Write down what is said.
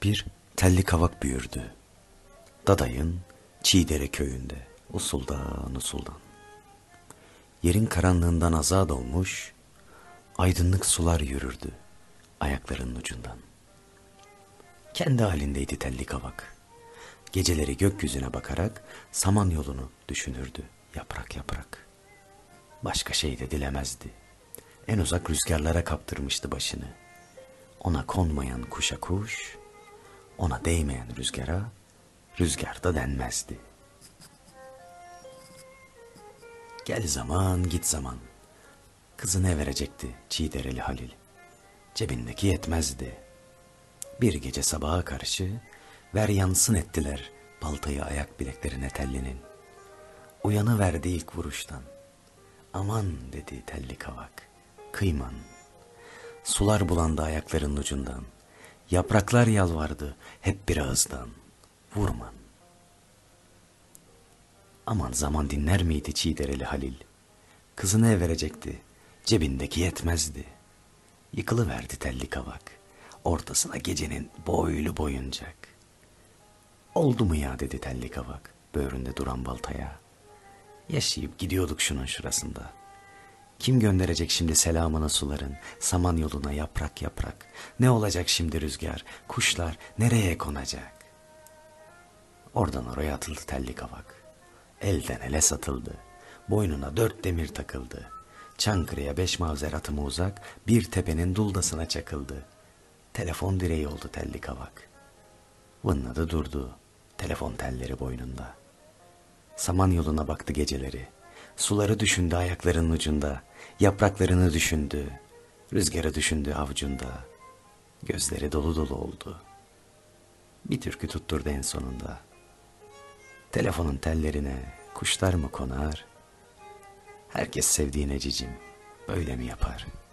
Bir telli kavak büyürdü. Dadayın Çiğdere köyünde usuldan usuldan. Yerin karanlığından azad olmuş, aydınlık sular yürürdü ayaklarının ucundan. Kendi halindeydi telli kavak. Geceleri gökyüzüne bakarak Samanyolu'nu düşünürdü yaprak yaprak. Başka şey de dilemezdi. En uzak rüzgarlara kaptırmıştı başını. Ona konmayan kuşa kuş, ona değmeyen rüzgara rüzgar da denmezdi. Gel zaman git zaman. Kızını verecekti Çiğdereli Halil. Cebindeki yetmezdi. Bir gece sabaha karşı ver yansın ettiler baltayı ayak bileklerine tellinin. Uyanıverdi ilk vuruştan. Aman dedi telli kavak, kıyman. Sular bulandı ayaklarının ucundan. Yapraklar yalvardı hep bir ağızdan. Vurman. Aman zaman dinler miydi Çiğdereli Halil? Kızını verecekti, cebindeki yetmezdi. Yıkılıverdi telli kavak, ortasına gecenin boylu boyuncak. Oldu mu ya dedi telli kavak, böğründe duran baltaya. Yaşayıp gidiyorduk şunun şurasında. Kim gönderecek şimdi selamını suların, Samanyolu'na yaprak yaprak? Ne olacak şimdi rüzgar, kuşlar nereye konacak? Oradan oraya atıldı telli kavak. Elden ele satıldı. Boynuna 4 demir takıldı. Çankırı'ya 5 mavzer atımı uzak bir tepenin duldasına çakıldı. Telefon direği oldu telli kavak. Vınladı durdu telefon telleri boynunda. Samanyolu'na baktı geceleri. Suları düşündü ayaklarının ucunda. Yapraklarını düşündü. Rüzgarı düşündü avucunda. Gözleri dolu dolu oldu. Bir türkü tutturdu en sonunda. Telefonun tellerine kuşlar mı konar? Herkes sevdiğine cicim böyle mi yapar?